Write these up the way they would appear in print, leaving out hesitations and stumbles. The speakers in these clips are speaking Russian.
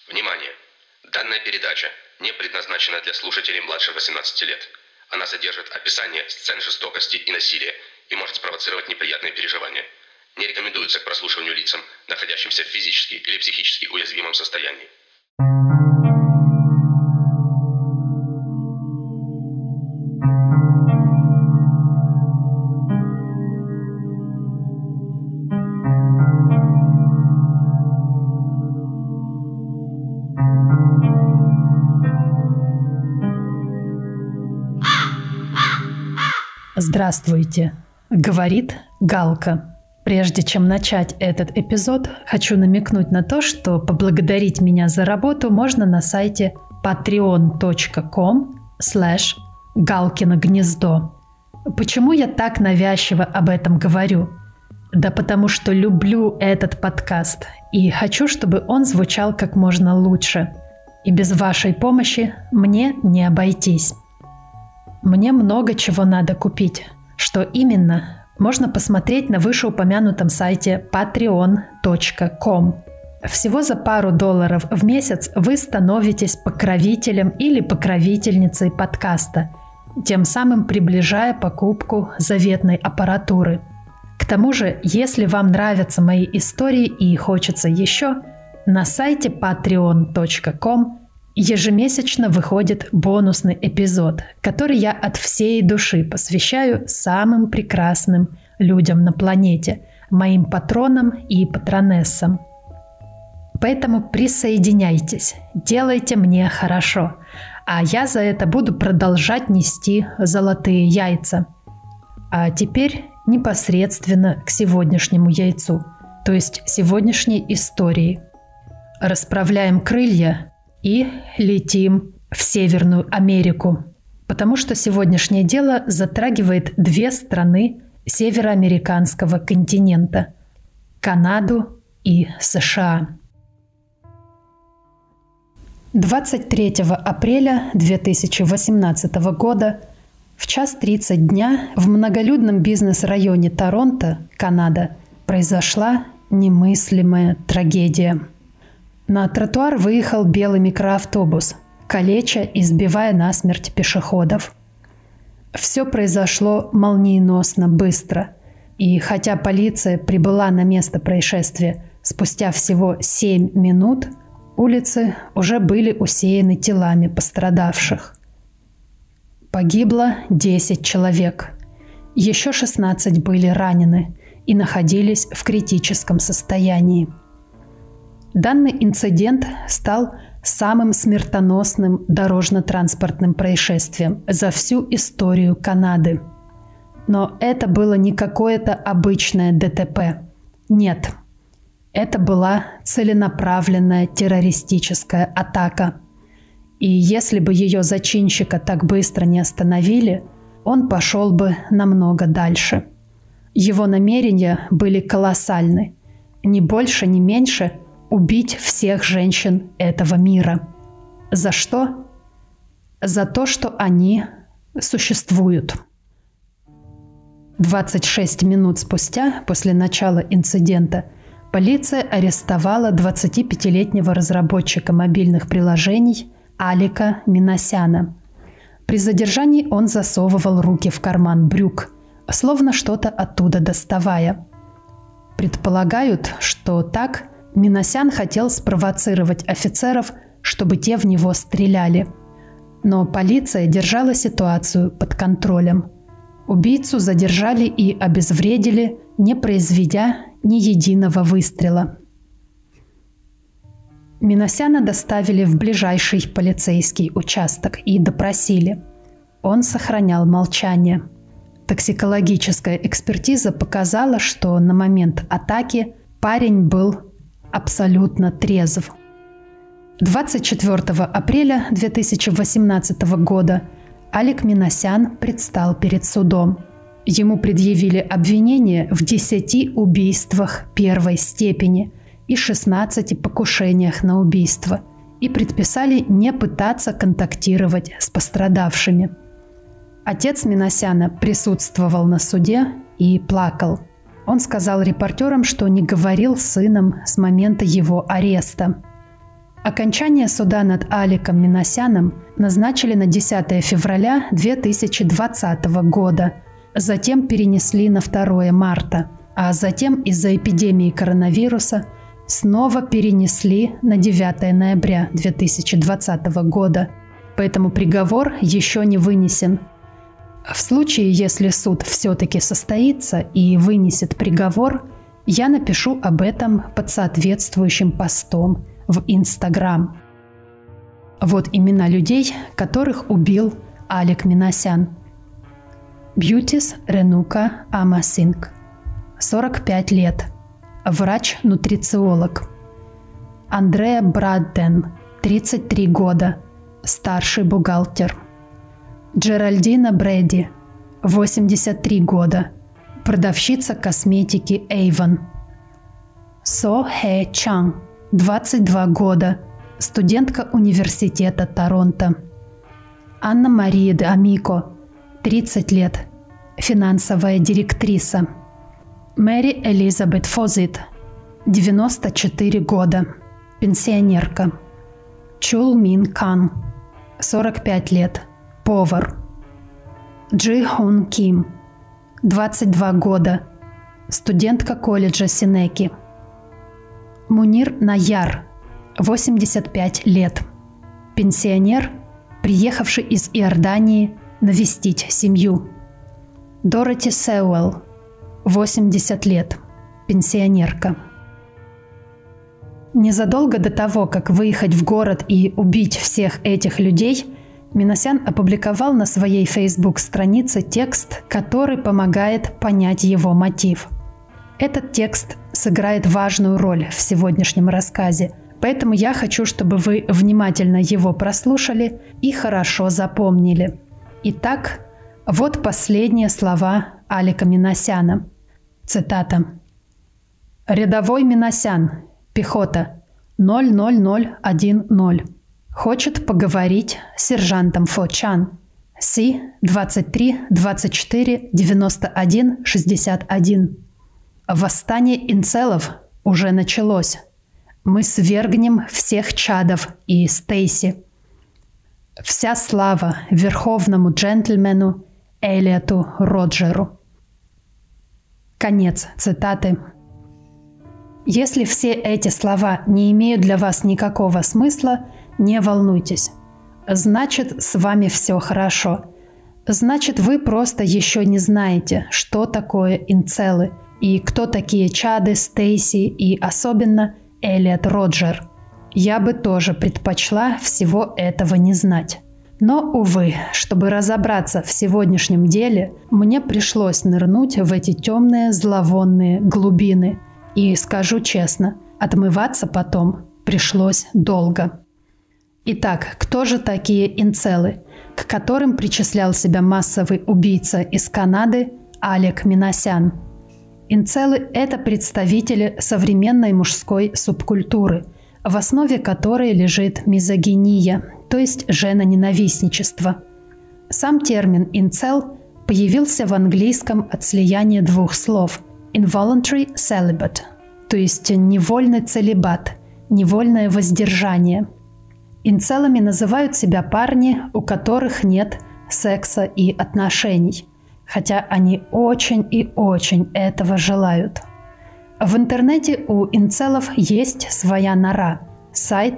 Внимание! Данная передача не предназначена для слушателей младше 18 лет. Она содержит описание сцен жестокости и насилия и может спровоцировать неприятные переживания. Не рекомендуется к прослушиванию лицам, находящимся в физически или психически уязвимом состоянии. Здравствуйте, говорит Галка. Прежде чем начать этот эпизод, хочу намекнуть на то, что поблагодарить меня за работу можно на сайте patreon.com/галкино-гнездо. Почему я так навязчиво об этом говорю? Да потому что люблю этот подкаст и хочу, чтобы он звучал как можно лучше. И без вашей помощи мне не обойтись. Мне много чего надо купить. Что именно, можно посмотреть на вышеупомянутом сайте patreon.com. Всего за пару $1 в месяц вы становитесь покровителем или покровительницей подкаста, тем самым приближая покупку заветной аппаратуры. К тому же, если вам нравятся мои истории и хочется еще, на сайте patreon.com ежемесячно выходит бонусный эпизод, который я от всей души посвящаю самым прекрасным людям на планете, моим патронам и патронессам. Поэтому присоединяйтесь, делайте мне хорошо, а я за это буду продолжать нести золотые яйца. А теперь непосредственно к сегодняшнему яйцу, то есть сегодняшней истории. Расправляем крылья и летим в Северную Америку, потому что сегодняшнее дело затрагивает две страны североамериканского континента – Канаду и США. 23 апреля 2018 года в 1:30 дня в многолюдном бизнес-районе Торонто, Канада, произошла немыслимая трагедия. На тротуар выехал белый микроавтобус, калеча и сбивая насмерть пешеходов. Все произошло молниеносно быстро, и хотя полиция прибыла на место происшествия спустя всего 7 минут, улицы уже были усеяны телами пострадавших. Погибло 10 человек, еще 16 были ранены и находились в критическом состоянии. Данный инцидент стал самым смертоносным дорожно-транспортным происшествием за всю историю Канады. Но это было не какое-то обычное ДТП. Нет, это была целенаправленная террористическая атака. И если бы ее зачинщика так быстро не остановили, он пошел бы намного дальше. Его намерения были колоссальны. Ни больше, ни меньше – убить всех женщин этого мира. За что? За то, что они существуют. 26 минут спустя, после начала инцидента, полиция арестовала 25-летнего разработчика мобильных приложений Алика Минасяна. При задержании он засовывал руки в карман брюк, словно что-то оттуда доставая. Предполагают, что так Минасян хотел спровоцировать офицеров, чтобы те в него стреляли. Но полиция держала ситуацию под контролем. Убийцу задержали и обезвредили, не произведя ни единого выстрела. Минасяна доставили в ближайший полицейский участок и допросили. Он сохранял молчание. Токсикологическая экспертиза показала, что на момент атаки парень был абсолютно трезв. 24 апреля 2018 года Алик Минасян предстал перед судом. Ему предъявили обвинение в 10 убийствах первой степени и 16 покушениях на убийство и предписали не пытаться контактировать с пострадавшими. Отец Минасяна присутствовал на суде и плакал. Он сказал репортерам, что не говорил с сыном с момента его ареста. Окончание суда над Аликом Минасяном назначили на 10 февраля 2020 года, затем перенесли на 2 марта, а затем из-за эпидемии коронавируса снова перенесли на 9 ноября 2020 года, поэтому приговор еще не вынесен. В случае, если суд все-таки состоится и вынесет приговор, я напишу об этом под соответствующим постом в Инстаграм. Вот имена людей, которых убил Алик Минасян. Бьютис Ренука Амасинг, 45 лет, врач-нутрициолог. Андреа Брадден, 33 года, старший бухгалтер. Джеральдина Брэди, 83 года, продавщица косметики Avon. Со Хэ Чан, 22 года, студентка университета Торонто. Анна-Мария де Амико, 30 лет, финансовая директриса. Мэри Элизабет Фозит, 94 года, пенсионерка. Чул Мин Кан, 45 лет, повар. Джи Хун Ким, 22 года, студентка колледжа Синеки. Мунир Наяр, 85 лет, пенсионер, приехавший из Иордании навестить семью. Дороти Сеуэлл, 80 лет, пенсионерка. Незадолго до того, как выехать в город и убить всех этих людей, Минасян опубликовал на своей Facebook-странице текст, который помогает понять его мотив. Этот текст сыграет важную роль в сегодняшнем рассказе, поэтому я хочу, чтобы вы внимательно его прослушали и хорошо запомнили. Итак, вот последние слова Алика Минасяна. Цитата. «Рядовой Минасян, пехота, 00010. Хочет поговорить с сержантом Фо Чан. Си 23 24 91 61. Восстание инцелов уже началось. Мы свергнем всех чадов и Стейси. Вся слава верховному джентльмену Элиоту Роджеру». Конец цитаты. Если все эти слова не имеют для вас никакого смысла, не волнуйтесь. Значит, с вами все хорошо. Значит, вы просто еще не знаете, что такое инцелы и кто такие Чады, Стейси и особенно Элиот Роджер. Я бы тоже предпочла всего этого не знать. Но, увы, чтобы разобраться в сегодняшнем деле, мне пришлось нырнуть в эти темные зловонные глубины. И, скажу честно, отмываться потом пришлось долго. Итак, кто же такие инцелы, к которым причислял себя массовый убийца из Канады Алик Минасян? Инцелы – это представители современной мужской субкультуры, в основе которой лежит мизогиния, то есть женоненавистничество. Сам термин «инцел» появился в английском от слияния двух слов «involuntary celibate», то есть невольный целибат, невольное воздержание. Инцелами называют себя парни, у которых нет секса и отношений, хотя они очень и очень этого желают. В интернете у инцелов есть своя нора – сайт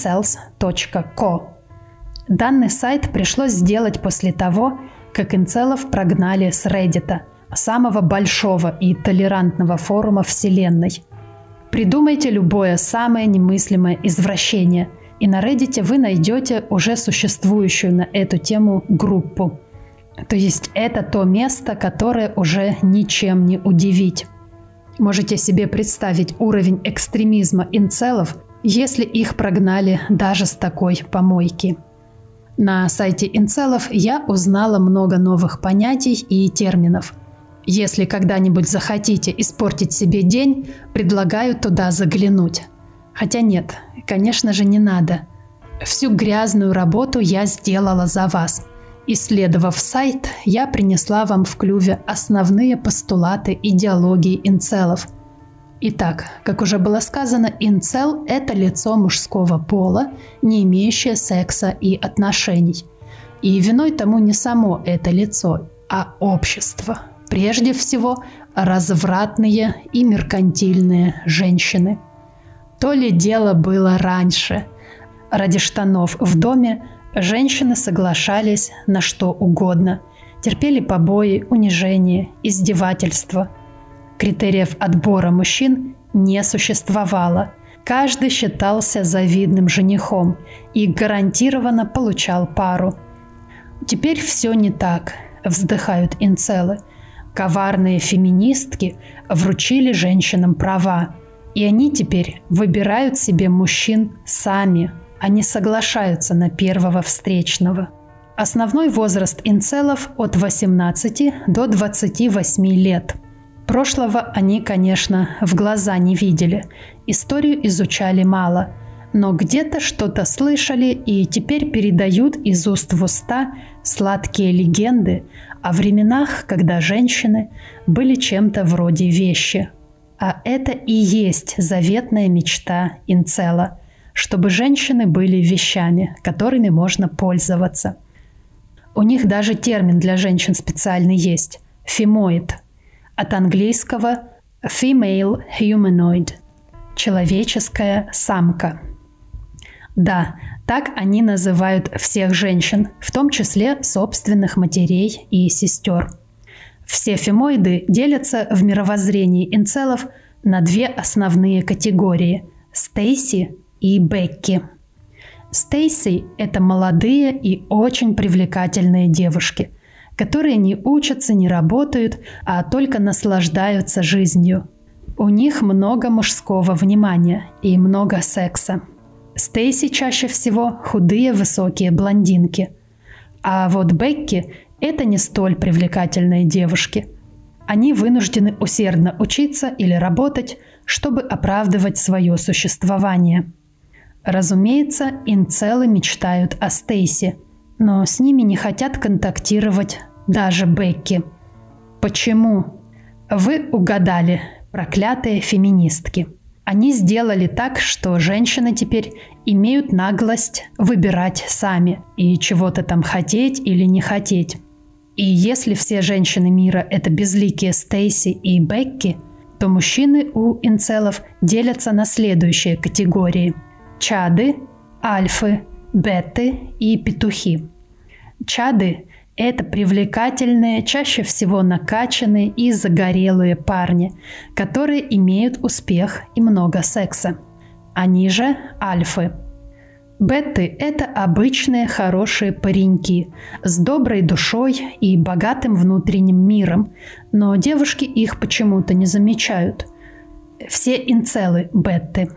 incels.co. Данный сайт пришлось сделать после того, как инцелов прогнали с Reddit, самого большого и толерантного форума Вселенной. Придумайте любое самое немыслимое извращение, и на Reddit вы найдете уже существующую на эту тему группу. То есть это то место, которое уже ничем не удивить. Можете себе представить уровень экстремизма инцелов, если их прогнали даже с такой помойки. На сайте инцелов я узнала много новых понятий и терминов. Если когда-нибудь захотите испортить себе день, предлагаю туда заглянуть. Хотя нет, конечно же, не надо. Всю грязную работу я сделала за вас. Исследовав сайт, я принесла вам в клюве основные постулаты идеологии инцелов. Итак, как уже было сказано, инцел – это лицо мужского пола, не имеющее секса и отношений. И виной тому не само это лицо, а общество. Прежде всего, развратные и меркантильные женщины. То ли дело было раньше. Ради штанов в доме женщины соглашались на что угодно, терпели побои, унижения, издевательства. Критериев отбора мужчин не существовало. Каждый считался завидным женихом и гарантированно получал пару. Теперь все не так, вздыхают инцелы. Коварные феминистки вручили женщинам права, и они теперь выбирают себе мужчин сами, а не соглашаются на первого встречного. Основной возраст инцелов от 18 до 28 лет. Прошлого они, конечно, в глаза не видели, историю изучали мало, но где-то что-то слышали и теперь передают из уст в уста сладкие легенды о временах, когда женщины были чем-то вроде вещи. А это и есть заветная мечта инцела, чтобы женщины были вещами, которыми можно пользоваться. У них даже термин для женщин специальный есть – фемоид. От английского female humanoid – человеческая самка. Да, так они называют всех женщин, в том числе собственных матерей и сестер. Все фемоиды делятся в мировоззрении инцелов на две основные категории – Стейси и Бекки. Стейси – это молодые и очень привлекательные девушки, которые не учатся, не работают, а только наслаждаются жизнью. У них много мужского внимания и много секса. Стейси чаще всего худые высокие блондинки. А вот Бекки – это не столь привлекательные девушки. Они вынуждены усердно учиться или работать, чтобы оправдывать свое существование. Разумеется, инцелы мечтают о Стейси, но с ними не хотят контактировать даже Бекки. Почему? Вы угадали, проклятые феминистки. Они сделали так, что женщины теперь имеют наглость выбирать сами и чего-то там хотеть или не хотеть. И если все женщины мира – это безликие Стейси и Бекки, то мужчины у инцелов делятся на следующие категории – чады, альфы, беты и петухи. Чады – это привлекательные, чаще всего накачанные и загорелые парни, которые имеют успех и много секса. Они же альфы. Беты – это обычные хорошие пареньки с доброй душой и богатым внутренним миром, но девушки их почему-то не замечают. Все инцелы – беты.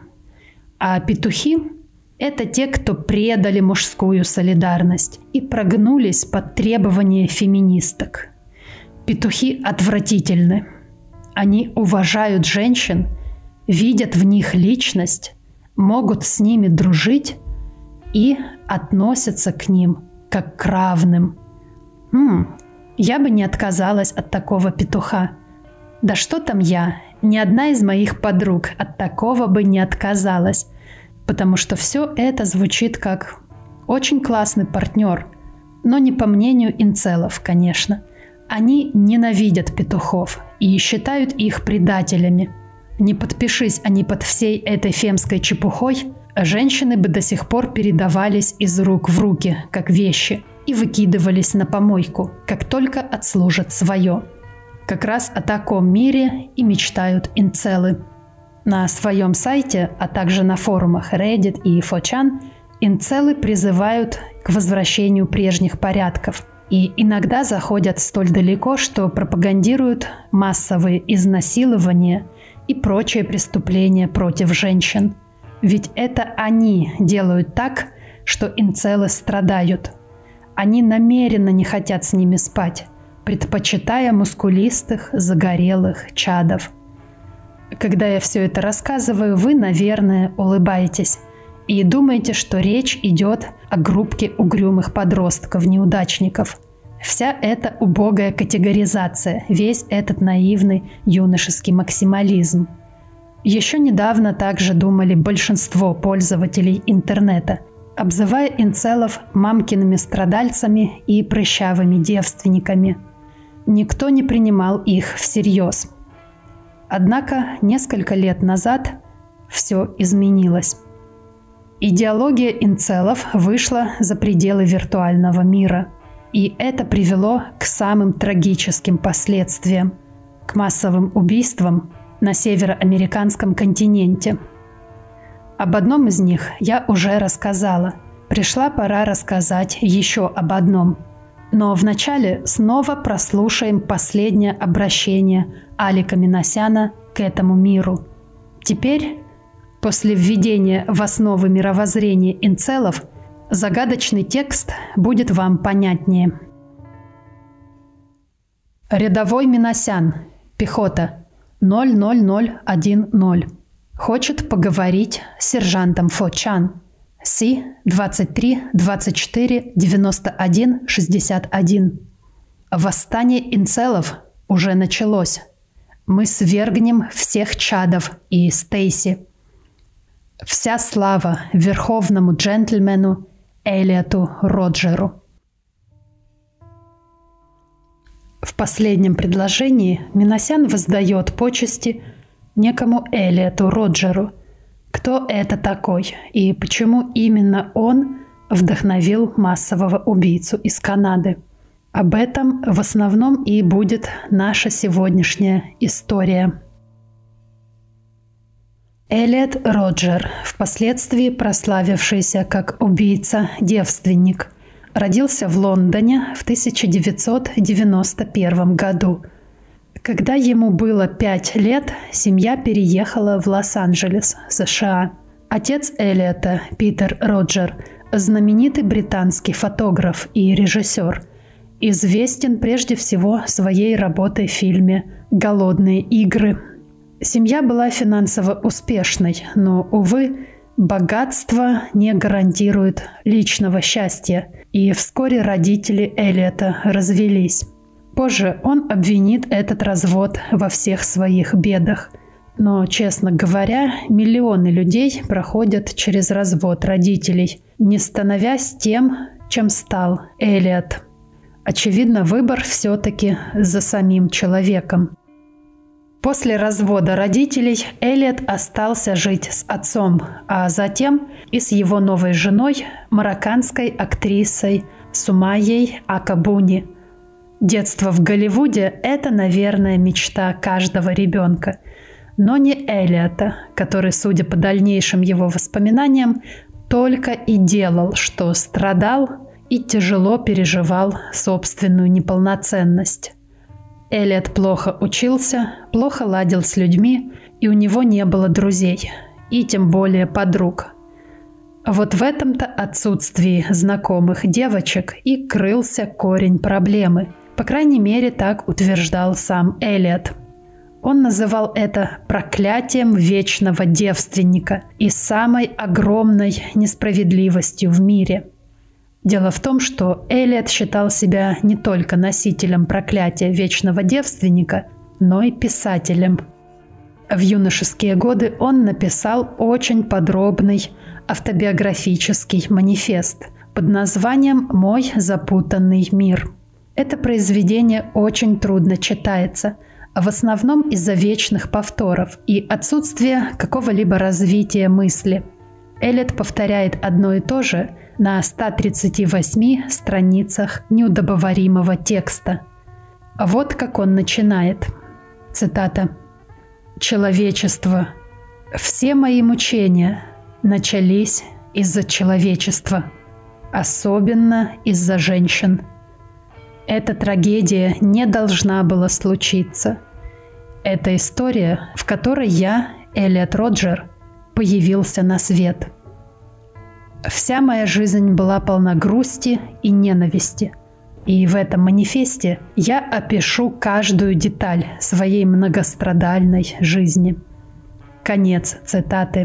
А петухи – это те, кто предали мужскую солидарность и прогнулись под требования феминисток. Петухи отвратительны. Они уважают женщин, видят в них личность, могут с ними дружить и относятся к ним как к равным. Я бы не отказалась от такого петуха. Да что там я, ни одна из моих подруг от такого бы не отказалась, потому что все это звучит как очень классный партнер, но не по мнению инцелов, конечно. Они ненавидят петухов и считают их предателями. Не подпишись они под всей этой фемской чепухой, женщины бы до сих пор передавались из рук в руки, как вещи, и выкидывались на помойку, как только отслужат свое. Как раз о таком мире и мечтают инцелы. На своем сайте, а также на форумах Reddit и 4chan, инцелы призывают к возвращению прежних порядков и иногда заходят столь далеко, что пропагандируют массовые изнасилования и прочие преступления против женщин. Ведь это они делают так, что инцелы страдают. Они намеренно не хотят с ними спать, предпочитая мускулистых, загорелых чадов. Когда я все это рассказываю, вы, наверное, улыбаетесь и думаете, что речь идет о группке угрюмых подростков-неудачников. Вся эта убогая категоризация, весь этот наивный юношеский максимализм. Еще недавно также думали большинство пользователей интернета, обзывая инцелов мамкиными страдальцами и прыщавыми девственниками. Никто не принимал их всерьез. Однако несколько лет назад все изменилось. Идеология инцелов вышла за пределы виртуального мира, и это привело к самым трагическим последствиям – к массовым убийствам на североамериканском континенте. Об одном из них я уже рассказала. Пришла пора рассказать еще об одном. Но вначале снова прослушаем последнее обращение Алика Минасяна к этому миру. Теперь, после введения в основы мировоззрения инцелов, загадочный текст будет вам понятнее. Рядовой Минасян, пехота, 00010. Хочет поговорить с сержантом Фо Чан. Си 23 24 91 61. Восстание инцелов уже началось. Мы свергнем всех чадов и Стейси. Вся слава верховному джентльмену Элиоту Роджеру. В последнем предложении Минасян воздает почести некому Элиоту Роджеру. Кто это такой и почему именно он вдохновил массового убийцу из Канады? Об этом в основном и будет наша сегодняшняя история. Элиот Роджер, впоследствии прославившийся как убийца-девственник, родился в Лондоне в 1991 году. Когда ему было 5 лет, семья переехала в Лос-Анджелес, США. Отец Элиота, Питер Роджер, знаменитый британский фотограф и режиссер, известен прежде всего своей работой в фильме «Голодные игры». Семья была финансово успешной, но, увы, богатство не гарантирует личного счастья, и вскоре родители Элиота развелись. Позже он обвинит этот развод во всех своих бедах. Но, честно говоря, миллионы людей проходят через развод родителей, не становясь тем, чем стал Элиот. Очевидно, выбор все-таки за самим человеком. После развода родителей Элиот остался жить с отцом, а затем и с его новой женой, марокканской актрисой Сумайей Акабуни. Детство в Голливуде – это, наверное, мечта каждого ребенка. Но не Элиота, который, судя по дальнейшим его воспоминаниям, только и делал, что страдал и тяжело переживал собственную неполноценность. Элиот плохо учился, плохо ладил с людьми, и у него не было друзей, и тем более подруг. Вот в этом-то отсутствии знакомых девочек и крылся корень проблемы. По крайней мере, так утверждал сам Элиот. Он называл это проклятием вечного девственника и самой огромной несправедливостью в мире. Дело в том, что Элиот считал себя не только носителем проклятия вечного девственника, но и писателем. В юношеские годы он написал очень подробный автобиографический манифест под названием «Мой запутанный мир». Это произведение очень трудно читается, в основном из-за вечных повторов и отсутствия какого-либо развития мысли. Элиот повторяет одно и то же на 138 страницах неудобоваримого текста. Вот как он начинает. Цитата. «Человечество. Все мои мучения начались из-за человечества, особенно из-за женщин. Эта трагедия не должна была случиться. Это история, в которой я, Элиот Роджер, появился на свет. Вся моя жизнь была полна грусти и ненависти. И в этом манифесте я опишу каждую деталь своей многострадальной жизни». Конец цитаты.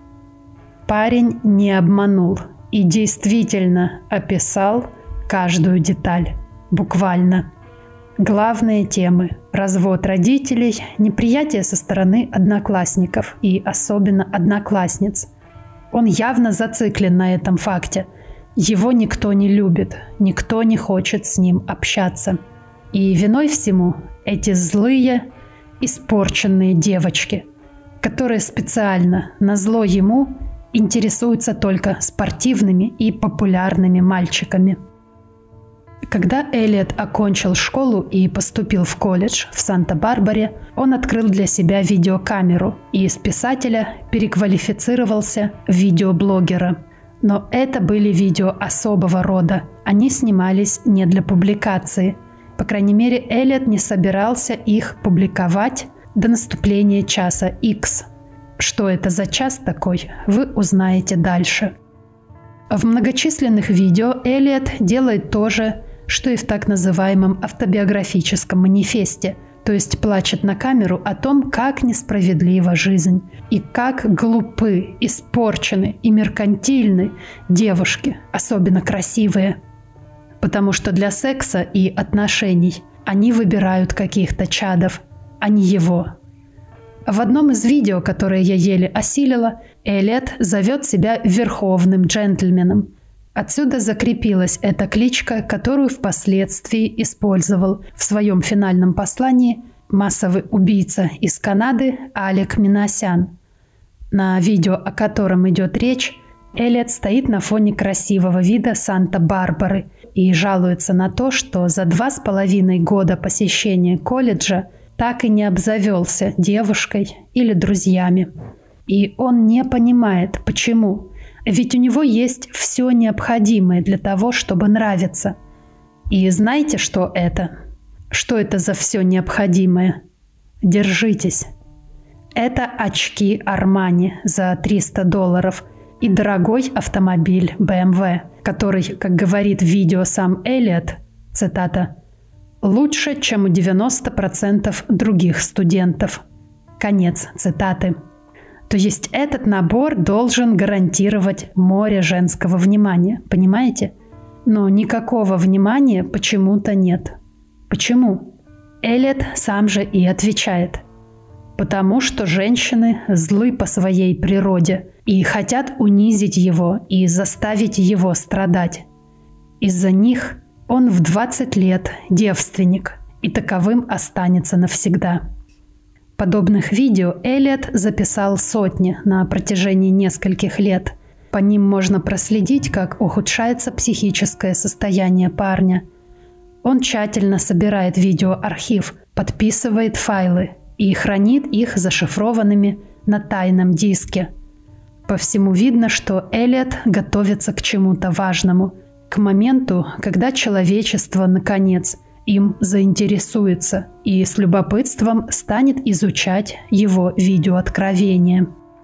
Парень не обманул и действительно описал каждую деталь. Буквально. Главные темы – развод родителей, неприятие со стороны одноклассников и особенно одноклассниц. Он явно зациклен на этом факте. Его никто не любит, никто не хочет с ним общаться. И виной всему эти злые, испорченные девочки, которые специально, назло ему, интересуются только спортивными и популярными мальчиками. Когда Эллиот окончил школу и поступил в колледж в Санта-Барбаре, он открыл для себя видеокамеру и из писателя переквалифицировался в видеоблогера. Но это были видео особого рода. Они снимались не для публикации. По крайней мере, Эллиот не собирался их публиковать до наступления часа X. Что это за час такой, вы узнаете дальше. В многочисленных видео Эллиот делает то же, что и в так называемом автобиографическом манифесте, то есть плачет на камеру о том, как несправедлива жизнь и как глупы, испорчены и меркантильны девушки, особенно красивые. Потому что для секса и отношений они выбирают каких-то чадов, а не его. В одном из видео, которое я еле осилила, Эллиот зовет себя верховным джентльменом. Отсюда закрепилась эта кличка, которую впоследствии использовал в своем финальном послании массовый убийца из Канады Алек Минасян. На видео, о котором идет речь, Эллиот стоит на фоне красивого вида Санта-Барбары и жалуется на то, что за 2,5 года посещения колледжа так и не обзавелся девушкой или друзьями. И он не понимает, почему. Ведь у него есть все необходимое для того, чтобы нравиться. И знаете, что это? Что это за все необходимое? Держитесь. Это очки Armani за $300 и дорогой автомобиль BMW, который, как говорит в видео сам Эллиот, цитата, «лучше, чем у 90% других студентов». Конец цитаты. То есть этот набор должен гарантировать море женского внимания, понимаете? Но никакого внимания почему-то нет. Почему? Эллиот сам же и отвечает. Потому что женщины злы по своей природе и хотят унизить его и заставить его страдать. Из-за них он в 20 лет девственник и таковым останется навсегда. Подобных видео Эллиот записал сотни на протяжении нескольких лет. По ним можно проследить, как ухудшается психическое состояние парня. Он тщательно собирает видеоархив, подписывает файлы и хранит их зашифрованными на тайном диске. По всему видно, что Эллиот готовится к чему-то важному, к моменту, когда человечество, наконец, им заинтересуется и с любопытством станет изучать его видеооткровения.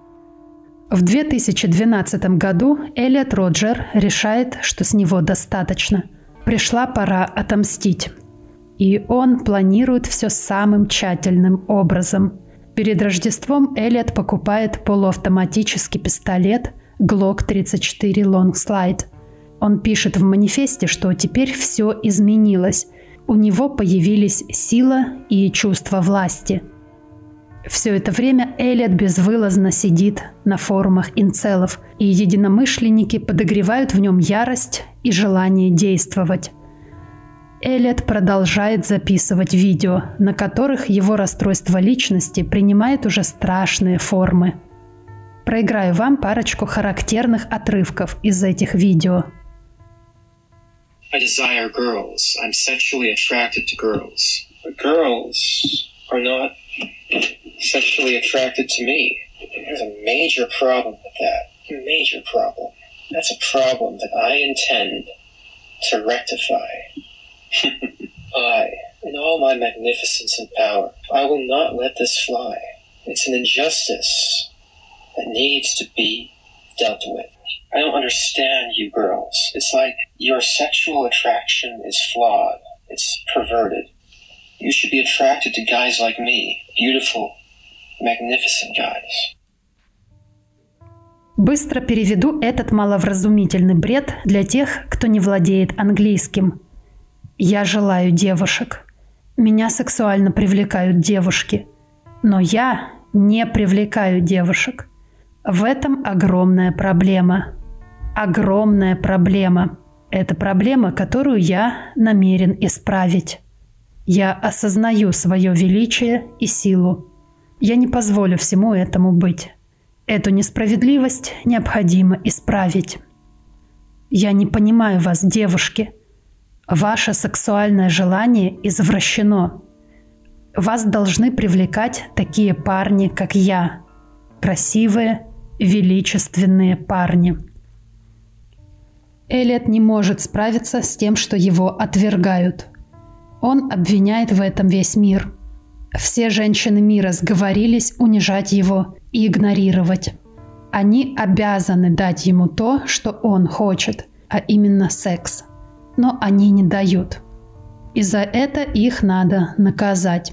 В 2012 году Эллиот Роджер решает, что с него достаточно. Пришла пора отомстить. И он планирует все самым тщательным образом. Перед Рождеством Эллиот покупает полуавтоматический пистолет Glock 34 Long Slide. Он пишет в манифесте, что теперь все изменилось. У него появились сила и чувство власти. Все это время Эллиот безвылазно сидит на форумах инцелов, и единомышленники подогревают в нем ярость и желание действовать. Эллиот продолжает записывать видео, на которых его расстройство личности принимает уже страшные формы. Проиграю вам парочку характерных отрывков из этих видео. I desire girls. I'm sexually attracted to girls. But girls are not sexually attracted to me. There's a major problem with that. A major problem. That's a problem that I intend to rectify. I, in all my magnificence and power, I will not let this fly. It's an injustice that needs to be dealt with. I don't understand you girls. It's like your sexual attraction is flawed. It's perverted. You should be attracted to guys like me. Beautiful, magnificent guys. Быстро переведу этот маловразумительный бред для тех, кто не владеет английским. Я желаю девушек. Меня сексуально привлекают девушки, но я не привлекаю девушек. В этом огромная проблема. Огромная проблема. Это проблема, которую я намерен исправить. Я осознаю свое величие и силу. Я не позволю всему этому быть. Эту несправедливость необходимо исправить. Я не понимаю вас, девушки. Ваше сексуальное желание извращено. Вас должны привлекать такие парни, как я. Красивые, величественные парни. Эллиот не может справиться с тем, что его отвергают. Он обвиняет в этом весь мир. Все женщины мира сговорились унижать его и игнорировать. Они обязаны дать ему то, что он хочет, а именно секс. Но они не дают. И за это их надо наказать.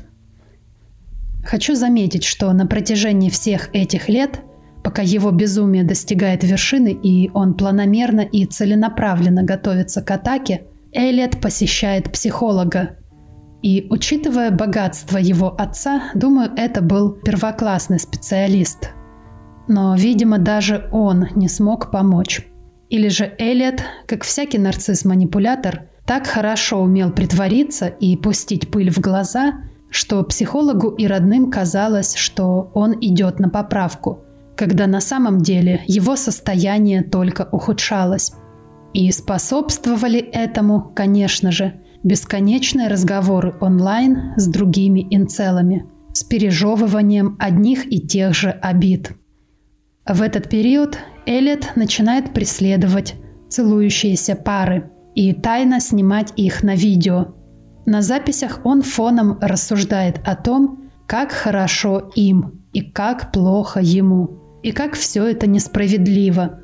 Хочу заметить, что на протяжении всех этих лет, пока его безумие достигает вершины и он планомерно и целенаправленно готовится к атаке, Эллиот посещает психолога. И, учитывая богатство его отца, думаю, это был первоклассный специалист. Но, видимо, даже он не смог помочь. Или же Эллиот, как всякий нарцисс-манипулятор, так хорошо умел притвориться и пустить пыль в глаза, что психологу и родным казалось, что он идет на поправку, когда на самом деле его состояние только ухудшалось. И способствовали этому, конечно же, бесконечные разговоры онлайн с другими инцелами, с пережевыванием одних и тех же обид. В этот период Эллиот начинает преследовать целующиеся пары и тайно снимать их на видео. На записях он фоном рассуждает о том, как хорошо им и как плохо ему, и как все это несправедливо.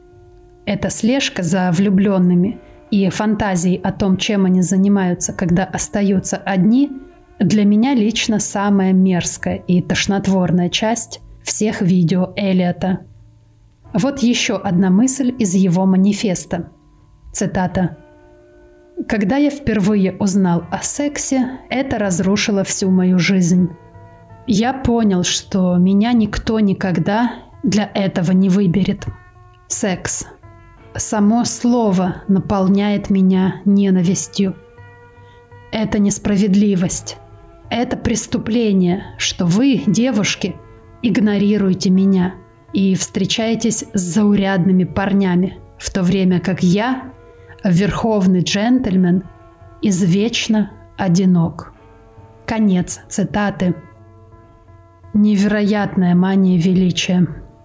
Эта слежка за влюбленными и фантазии о том, чем они занимаются, когда остаются одни, для меня лично самая мерзкая и тошнотворная часть всех видео Эллиота. Вот еще одна мысль из его манифеста. Цитата. «Когда я впервые узнал о сексе, это разрушило всю мою жизнь. Я понял, что меня никто никогда для этого не выберет. Секс. Само слово наполняет меня ненавистью. Это несправедливость. Это преступление, что вы, девушки, игнорируете меня и встречаетесь с заурядными парнями, в то время как я, верховный джентльмен, извечно одинок». Конец цитаты. Невероятная мания величия.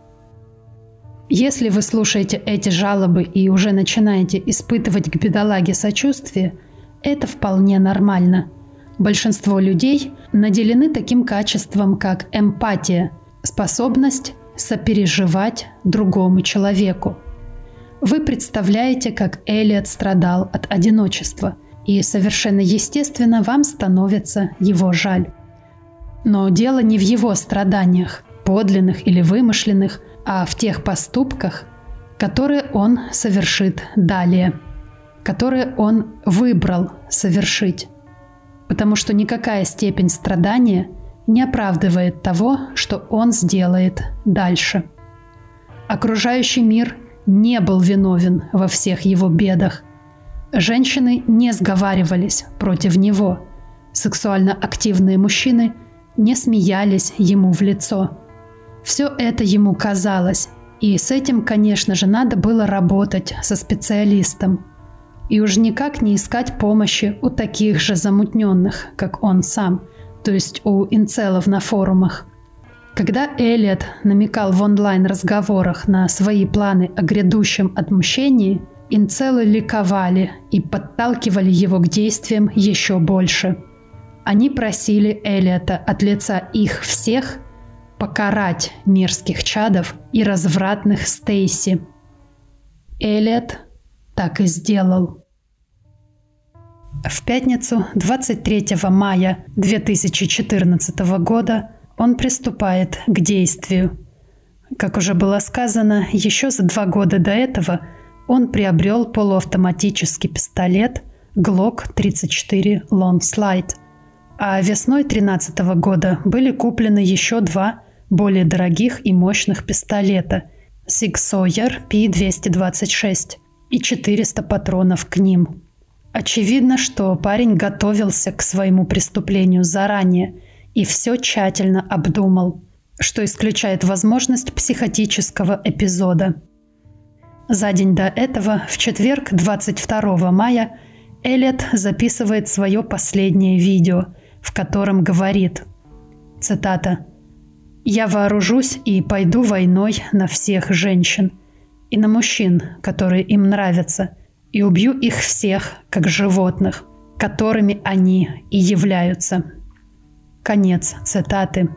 Если вы слушаете эти жалобы и уже начинаете испытывать к бедолаге сочувствие, это вполне нормально. Большинство людей наделены таким качеством, как эмпатия, способность сопереживать другому человеку. Вы представляете, как Эллиот страдал от одиночества, и совершенно естественно вам становится его жаль. Но дело не в его страданиях, подлинных или вымышленных, а в тех поступках, которые он совершит далее, которые он выбрал совершить. Потому что никакая степень страдания не оправдывает того, что он сделает дальше. Окружающий мир не был виновен во всех его бедах. Женщины не сговаривались против него. Сексуально активные мужчины не смеялись ему в лицо. Все это ему казалось, и с этим, конечно же, надо было работать со специалистом. И уж никак не искать помощи у таких же замутненных, как он сам, то есть у инцелов на форумах. Когда Эллиот намекал в онлайн-разговорах на свои планы о грядущем отмщении, инцелы ликовали и подталкивали его к действиям еще больше. Они просили Эллиота от лица их всех покарать мерзких чадов и развратных Стейси. Эллиот так и сделал. В пятницу 23 мая 2014 года он приступает к действию. Как уже было сказано, еще за 2 года до этого он приобрел полуавтоматический пистолет Glock 34 Long Slide. А весной 2013 года были куплены еще 2 более дорогих и мощных пистолета Sig Sauer P226 и 400 патронов к ним. Очевидно, что парень готовился к своему преступлению заранее и все тщательно обдумал, что исключает возможность психотического эпизода. За день до этого, в четверг, 22 мая, Эллиот записывает свое последнее видео, в котором говорит, цитата, «Я вооружусь и пойду войной на всех женщин и на мужчин, которые им нравятся, и убью их всех, как животных, которыми они и являются». Конец цитаты.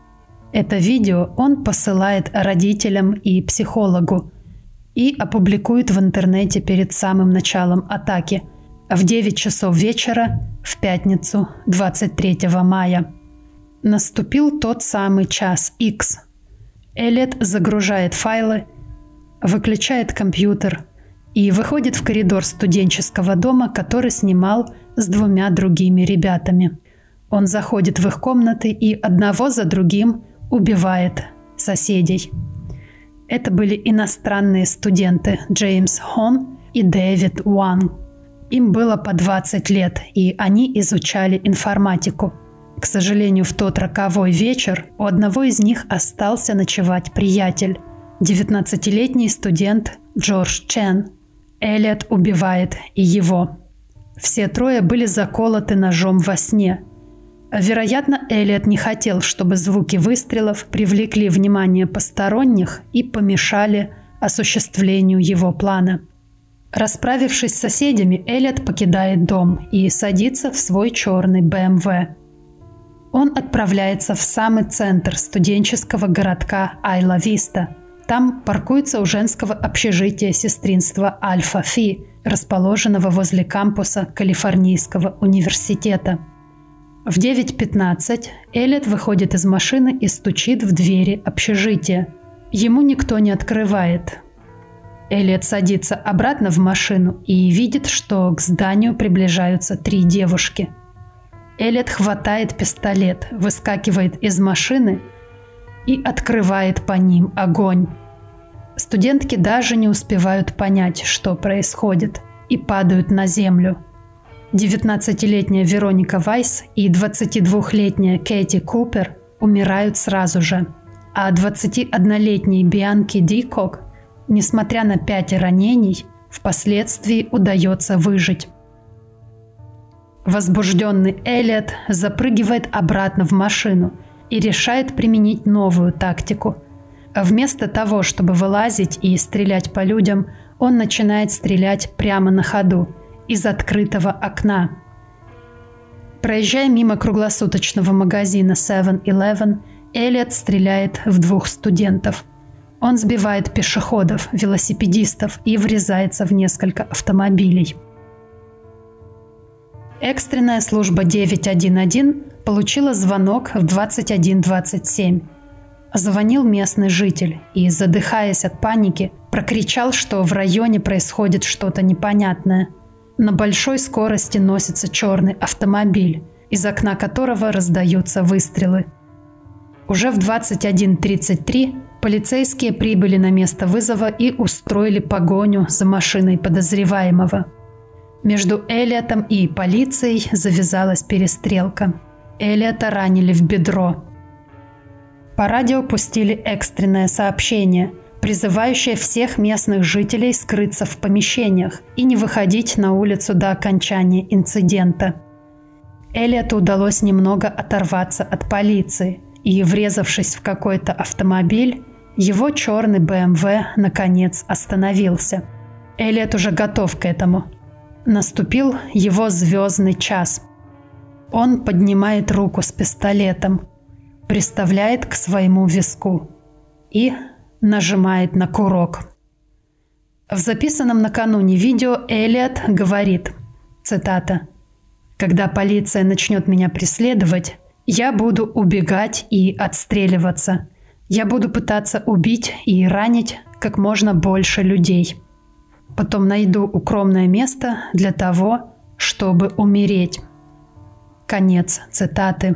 Это видео он посылает родителям и психологу и опубликует в интернете перед самым началом атаки в 9 часов вечера в пятницу 23 мая. Наступил тот самый час X. Эллиот загружает файлы, выключает компьютер и выходит в коридор студенческого дома, который снимал с 2 другими ребятами. Он заходит в их комнаты и одного за другим убивает соседей. Это были иностранные студенты Джеймс Хон и Дэвид Уан. Им было по 20 лет, и они изучали информатику. К сожалению, в тот роковой вечер у одного из них остался ночевать приятель, 19-летний студент Джордж Чен. Эллиот убивает и его. Все 3 были заколоты ножом во сне. Вероятно, Эллиот не хотел, чтобы звуки выстрелов привлекли внимание посторонних и помешали осуществлению его плана. Расправившись с соседями, Эллиот покидает дом и садится в свой черный BMW. Он отправляется в самый центр студенческого городка Айла-Виста. Там паркуется у женского общежития сестринства Альфа-Фи, расположенного возле кампуса Калифорнийского университета. В 9:15 Эллиот выходит из машины и стучит в двери общежития. Ему никто не открывает. Эллиот садится обратно в машину и видит, что к зданию приближаются 3 девушки. Эллиот хватает пистолет, выскакивает из машины и открывает по ним огонь. Студентки даже не успевают понять, что происходит, и падают на землю. 19-летняя Вероника Вайс и 22-летняя Кэти Купер умирают сразу же, а 21-летней Бианки Дикок, несмотря на 5 ранений, впоследствии удается выжить. Возбужденный Эллиот запрыгивает обратно в машину и решает применить новую тактику. Вместо того, чтобы вылазить и стрелять по людям, он начинает стрелять прямо на ходу, из открытого окна. Проезжая мимо круглосуточного магазина 7-Eleven, Эллиот стреляет в 2 студентов. Он сбивает пешеходов, велосипедистов и врезается в несколько автомобилей. Экстренная служба 911 получила звонок в 21:27. Звонил местный житель и, задыхаясь от паники, прокричал, что в районе происходит что-то непонятное. На большой скорости носится черный автомобиль, из окна которого раздаются выстрелы. Уже в 21:33 полицейские прибыли на место вызова и устроили погоню за машиной подозреваемого. Между Эллиотом и полицией завязалась перестрелка. Эллиота ранили в бедро. По радио пустили экстренное сообщение, призывающее всех местных жителей скрыться в помещениях и не выходить на улицу до окончания инцидента. Эллиоту удалось немного оторваться от полиции, и, врезавшись в какой-то автомобиль, его черный BMW наконец остановился. Эллиот уже готов к этому. Наступил его звездный час. Он поднимает руку с пистолетом, приставляет к своему виску и нажимает на курок. В записанном накануне видео Эллиот говорит, цитата, «Когда полиция начнет меня преследовать, я буду убегать и отстреливаться. Я буду пытаться убить и ранить как можно больше людей. Потом найду укромное место для того, чтобы умереть». Конец цитаты.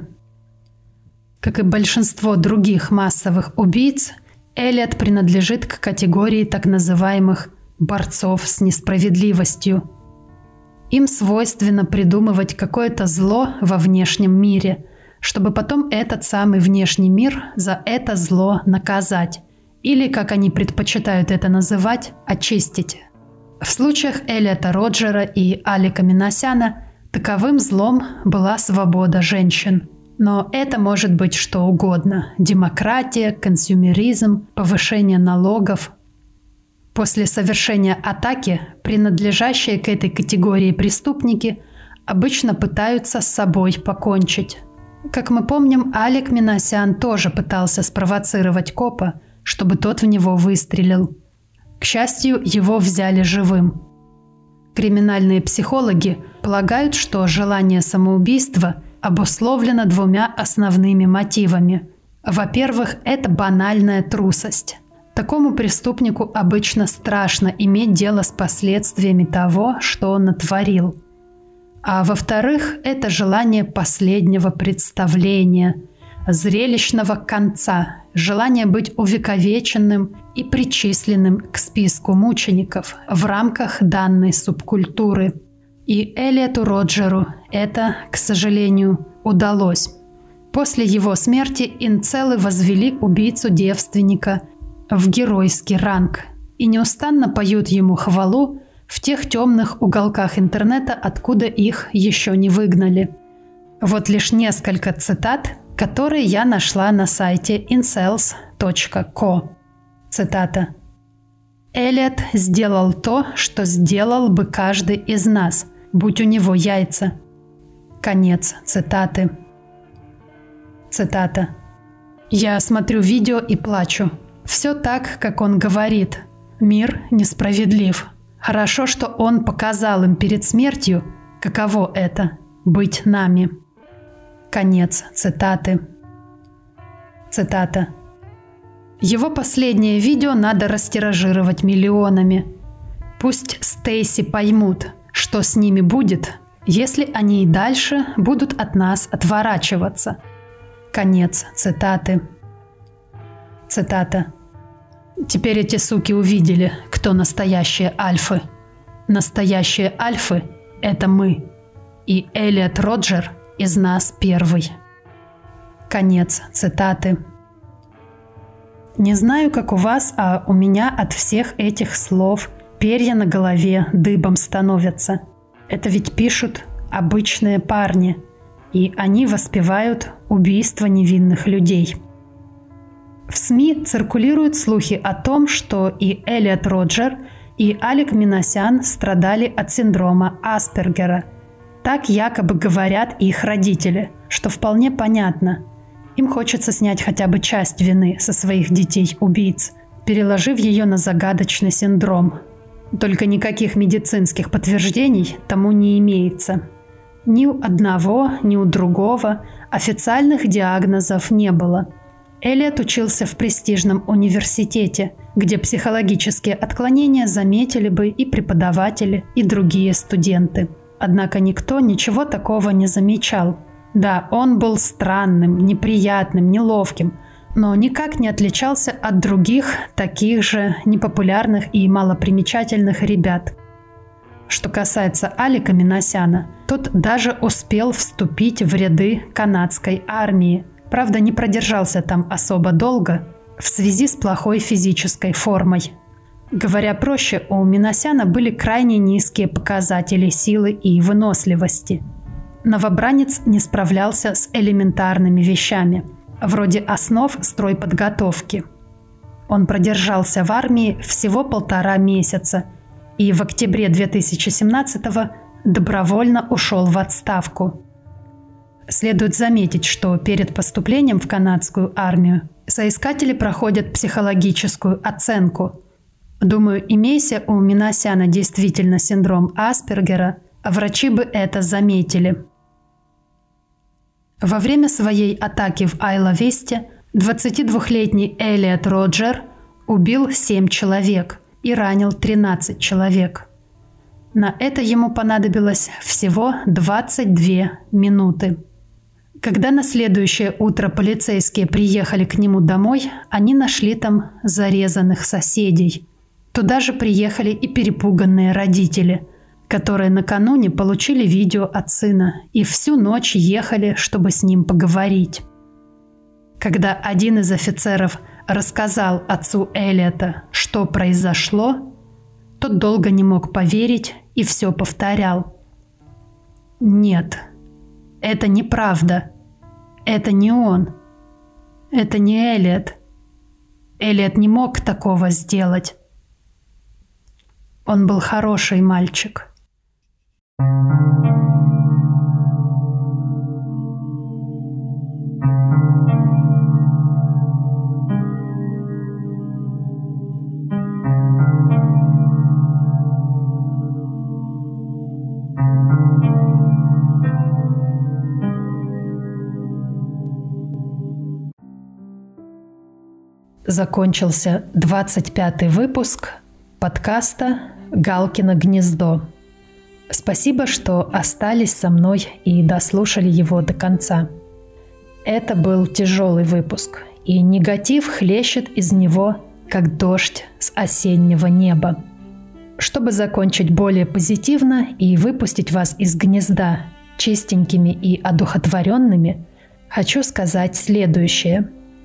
Как и большинство других массовых убийц, Эллиот принадлежит к категории так называемых борцов с несправедливостью. Им свойственно придумывать какое-то зло во внешнем мире, чтобы потом этот самый внешний мир за это зло наказать, или, как они предпочитают это называть, очистить. В случаях Эллиота Роджера и Алика Минасяна таковым злом была свобода женщин. Но это может быть что угодно – демократия, консюмеризм, повышение налогов. После совершения атаки принадлежащие к этой категории преступники обычно пытаются с собой покончить. Как мы помним, Алик Минасян тоже пытался спровоцировать копа, чтобы тот в него выстрелил. К счастью, его взяли живым. Криминальные психологи полагают, что желание самоубийства обусловлено двумя основными мотивами. Во-первых, это банальная трусость. Такому преступнику обычно страшно иметь дело с последствиями того, что он натворил. А во-вторых, это желание последнего представления, зрелищного конца, желание быть увековеченным и причисленным к списку мучеников в рамках данной субкультуры. И Эллиоту Роджеру это, к сожалению, удалось. После его смерти инцелы возвели убийцу-девственника в геройский ранг и неустанно поют ему хвалу в тех темных уголках интернета, откуда их еще не выгнали. Вот лишь несколько цитат, которые я нашла на сайте incels.co. Цитата. «Эллиот сделал то, что сделал бы каждый из нас, будь у него яйца». Конец цитаты. Цитата. «Я смотрю видео и плачу. Все так, как он говорит. Мир несправедлив. Хорошо, что он показал им перед смертью, каково это – быть нами». Конец цитаты. Цитата. «Его последнее видео надо растиражировать миллионами. Пусть Стейси поймут, что с ними будет, если они и дальше будут от нас отворачиваться». Конец цитаты. Цитата. «Теперь эти суки увидели, кто настоящие альфы. Настоящие альфы – это мы. И Эллиот Роджер из нас первый». Конец цитаты. Не знаю, как у вас, а у меня от всех этих слов перья на голове дыбом становятся. Это ведь пишут обычные парни, и они воспевают убийство невинных людей. В СМИ циркулируют слухи о том, что и Эллиот Роджер, и Алик Минасян страдали от синдрома Аспергера. Так якобы говорят их родители, что вполне понятно. Им хочется снять хотя бы часть вины со своих детей-убийц, переложив ее на загадочный синдром. Только никаких медицинских подтверждений тому не имеется. Ни у одного, ни у другого официальных диагнозов не было. Эллиот учился в престижном университете, где психологические отклонения заметили бы и преподаватели, и другие студенты. Однако никто ничего такого не замечал. Да, он был странным, неприятным, неловким, но никак не отличался от других, таких же непопулярных и малопримечательных ребят. Что касается Алика Минасяна, тот даже успел вступить в ряды канадской армии. Правда, не продержался там особо долго в связи с плохой физической формой. Говоря проще, у Минасяна были крайне низкие показатели силы и выносливости. Новобранец не справлялся с элементарными вещами, вроде основ стройподготовки. Он продержался в армии всего 1,5 месяца и в октябре 2017-го добровольно ушел в отставку. Следует заметить, что перед поступлением в канадскую армию соискатели проходят психологическую оценку. Думаю, имейся у Минасяна действительно синдром Аспергера, врачи бы это заметили. Во время своей атаки в Айла-Весте 22-летний Эллиот Роджер убил 7 человек и ранил 13 человек. На это ему понадобилось всего 22 минуты. Когда на следующее утро полицейские приехали к нему домой, они нашли там зарезанных соседей. Туда же приехали и перепуганные родители, которые накануне получили видео от сына и всю ночь ехали, чтобы с ним поговорить. Когда один из офицеров рассказал отцу Эллиота, что произошло, тот долго не мог поверить и все повторял. «Нет, это неправда. Это не он. Это не Эллиот. Эллиот не мог такого сделать. Он был хороший мальчик». Закончился 25-й выпуск подкаста «Галкино гнездо». Спасибо, что остались со мной и дослушали его до конца. Это был тяжелый выпуск, и негатив хлещет из него, как дождь с осеннего неба. Чтобы закончить более позитивно и выпустить вас из гнезда чистенькими и одухотворенными, хочу сказать следующее.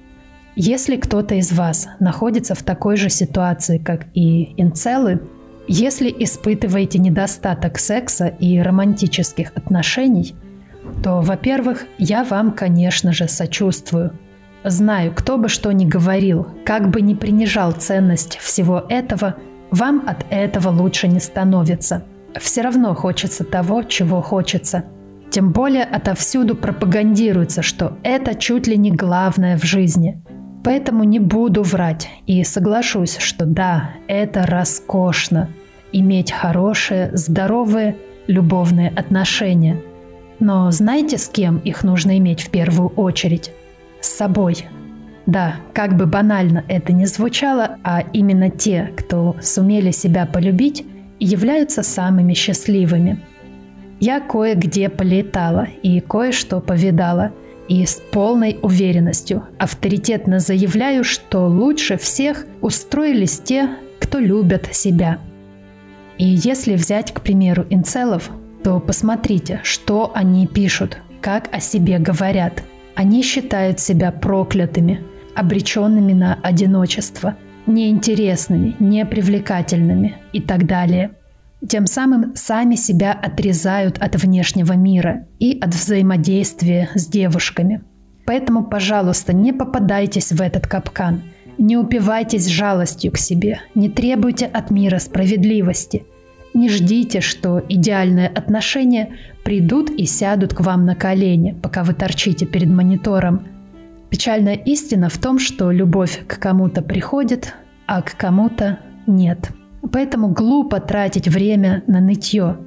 Если кто-то из вас находится в такой же ситуации, как и инцелы, если испытываете недостаток секса и романтических отношений, то, во-первых, я вам, конечно же, сочувствую. Знаю, кто бы что ни говорил, как бы ни принижал ценность всего этого, вам от этого лучше не становится. Все равно хочется того, чего хочется. Тем более отовсюду пропагандируется, что это чуть ли не главное в жизни. Поэтому не буду врать и соглашусь, что да, это роскошно – иметь хорошие, здоровые, любовные отношения. Но знаете, с кем их нужно иметь в первую очередь? С собой. Да, как бы банально это ни звучало, а именно те, кто сумели себя полюбить, являются самыми счастливыми. Я кое-где полетала и кое-что повидала – и с полной уверенностью авторитетно заявляю, что лучше всех устроились те, кто любят себя. И если взять, к примеру, инцелов, то посмотрите, что они пишут, как о себе говорят. Они считают себя проклятыми, обреченными на одиночество, неинтересными, непривлекательными и так далее. Тем самым сами себя отрезают от внешнего мира и от взаимодействия с девушками. Поэтому, пожалуйста, не попадайтесь в этот капкан, не упивайтесь жалостью к себе, не требуйте от мира справедливости, не ждите, что идеальные отношения придут и сядут к вам на колени, пока вы торчите перед монитором. Печальная истина в том, что любовь к кому-то приходит, а к кому-то нет. Поэтому глупо тратить время на нытье.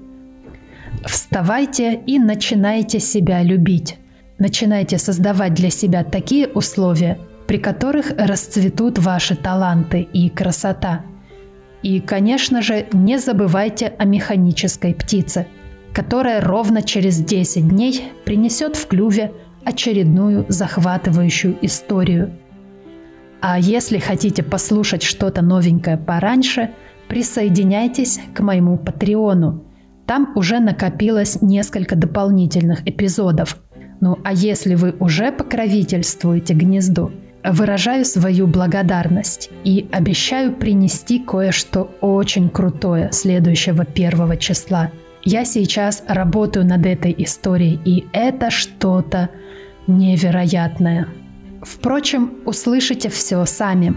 Вставайте и начинайте себя любить. Начинайте создавать для себя такие условия, при которых расцветут ваши таланты и красота. И, конечно же, не забывайте о механической птице, которая ровно через 10 дней принесет в клюве очередную захватывающую историю. А если хотите послушать что-то новенькое пораньше, присоединяйтесь к моему Патреону. Там уже накопилось несколько дополнительных эпизодов. Ну а если вы уже покровительствуете гнезду, выражаю свою благодарность и обещаю принести кое-что очень крутое следующего 1 числа. Я сейчас работаю над этой историей, и это что-то невероятное. Впрочем, услышите все сами.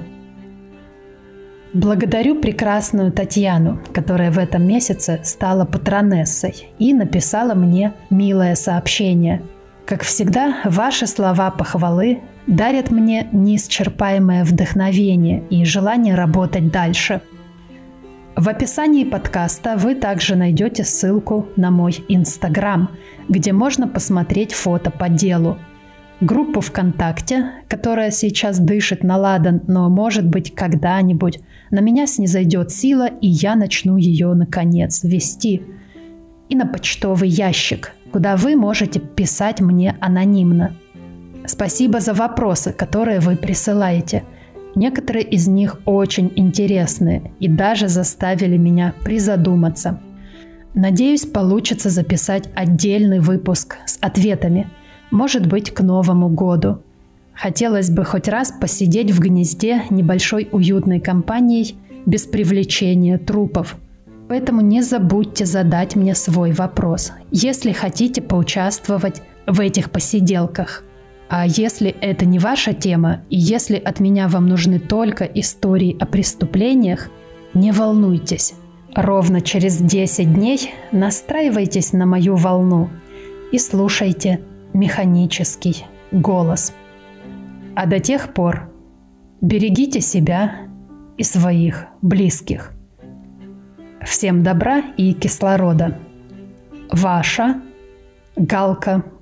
Благодарю прекрасную Татьяну, которая в этом месяце стала патронессой и написала мне милое сообщение. Как всегда, ваши слова похвалы дарят мне неисчерпаемое вдохновение и желание работать дальше. В описании подкаста вы также найдете ссылку на мой Инстаграм, где можно посмотреть фото по делу. группу ВКонтакте, которая сейчас дышит на ладан, но, может быть, когда-нибудь на меня снизойдет сила, и я начну ее, наконец, вести. И на почтовый ящик, куда вы можете писать мне анонимно. Спасибо за вопросы, которые вы присылаете. Некоторые из них очень интересные и даже заставили меня призадуматься. Надеюсь, получится записать отдельный выпуск с ответами. Может быть, к Новому году. Хотелось бы хоть раз посидеть в гнезде небольшой уютной компанией без привлечения трупов. Поэтому не забудьте задать мне свой вопрос, если хотите поучаствовать в этих посиделках. А если это не ваша тема, и если от меня вам нужны только истории о преступлениях, не волнуйтесь. Ровно через 10 дней настраивайтесь на мою волну и слушайте механический голос. А до тех пор берегите себя и своих близких. Всем добра и кислорода. Ваша Галка